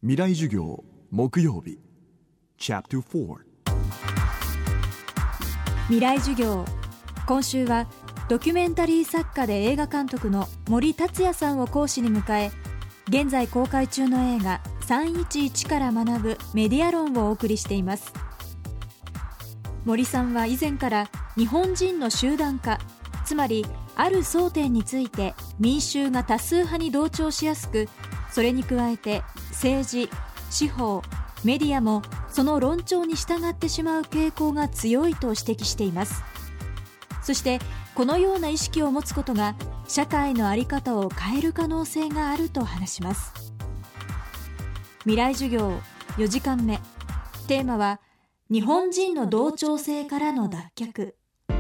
未来授業木曜日チャプター4 未来授業。今週はドキュメンタリー作家で映画監督の森達也さんを講師に迎え、現在公開中の映画311から学ぶメディア論をお送りしています。森さんは以前から日本人の集団化、つまりある争点について民衆が多数派に同調しやすく、それに加えて政治、司法、メディアもその論調に従ってしまう傾向が強いと指摘しています。そしてこのような意識を持つことが社会の在り方を変える可能性があると話します。未来授業4時間目、テーマは日本人の同調性からの脱却。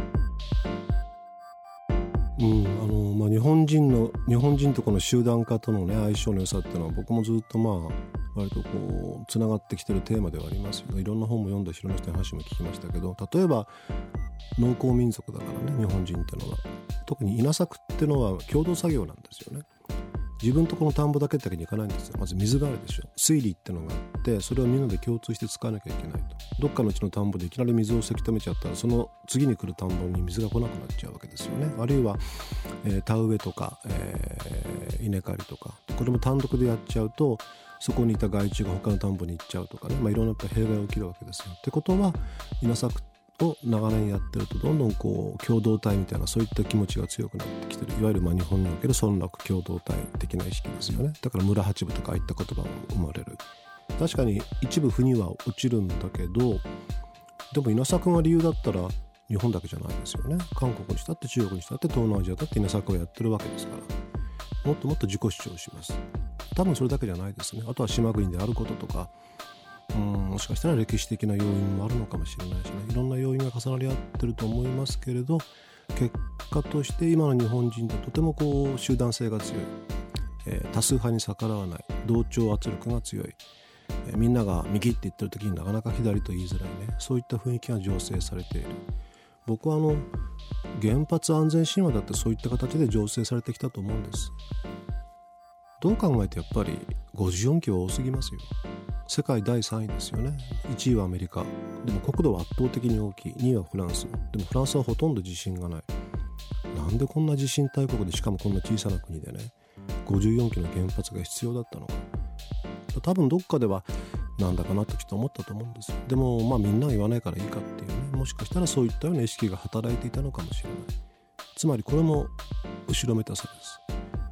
日本人とこの集団化との、相性の良さっていうのは僕もずっと割とつながってきてるテーマではありますよ。いろんな本も読んだし、いろんな人の話も聞きましたけど、例えば農耕民族だからね、日本人っていうのは特に稲作っていうのは共同作業なんですよね。自分とこの田んぼだけってわけにいかないんですよ。まず水があるでしょ。水利っていうのがあって、それをみんなで共通して使わなきゃいけないと。どっかのうちの田んぼでいきなり水をせき止めちゃったら、その次に来る田んぼに水が来なくなっちゃうわけですよね。あるいは、田植えとか、稲刈りとか、これも単独でやっちゃうと、そこにいた害虫が他の田んぼに行っちゃうとかね、いろんなやっぱ弊害が起きるわけですよ。ってことは、稲作を長年やってるとどんどん共同体みたいな、そういった気持ちが強くなってきてる。いわゆる日本における村落共同体的な意識ですよね。だから村八部とかああいった言葉も生まれる。確かに一部腑には落ちるんだけど、でも稲作が理由だったら日本だけじゃないですよね。韓国にしたって中国にしたって東南アジアだって稲作をやってるわけですから、もっともっと自己主張します。多分それだけじゃないですね。あとは島国であることとか、もしかしたら歴史的な要因もあるのかもしれないしね、いろんな要因が重なり合ってると思いますけれど、結果として今の日本人ってとても集団性が強い、多数派に逆らわない、同調圧力が強い、みんなが右って言ってる時になかなか左と言いづらいね、そういった雰囲気が醸成されている。僕は原発安全神話だってそういった形で醸成されてきたと思うんです。どう考えてやっぱり54機は多すぎますよ。世界第3位ですよね。1位はアメリカ、でも国土は圧倒的に大きい。2位はフランス、でもフランスはほとんど地震がない。なんでこんな地震大国で、しかもこんな小さな国でね、54機の原発が必要だったのか。多分どっかではなんだかなときっと思ったと思うんですよ。でもみんなが言わないからいいかっていうね、もしかしたらそういったような意識が働いていたのかもしれない。つまりこれも後ろめたさです。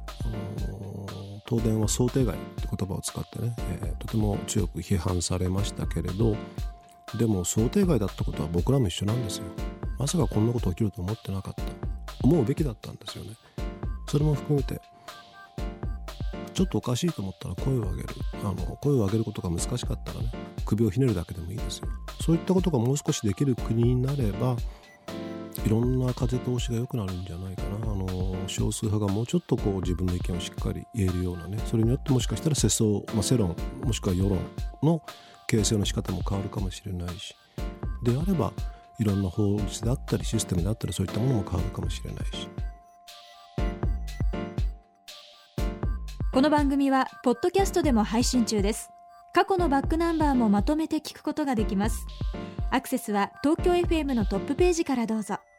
東電は想定外って言葉を使ってね、とても強く批判されましたけれど、でも想定外だったことは僕らも一緒なんですよ。まさかこんなこと起きると思ってなかった、思うべきだったんですよね。それも含めてちょっとおかしいと思ったら声を上げる。声を上げることが難しかったらね、首をひねるだけでもいいですよ。そういったことがもう少しできる国になれば、いろんな風通しが良くなるんじゃないかな。少数派がもうちょっと自分の意見をしっかり言えるようなね、それによってもしかしたら世論もしくは世論の形成の仕方も変わるかもしれないし、であればいろんな法律であったりシステムであったり、そういったものも変わるかもしれないし。 この番組はポッドキャストでも配信中です。過去のバックナンバーもまとめて聞くことができます。アクセスは東京 FM のトップページからどうぞ。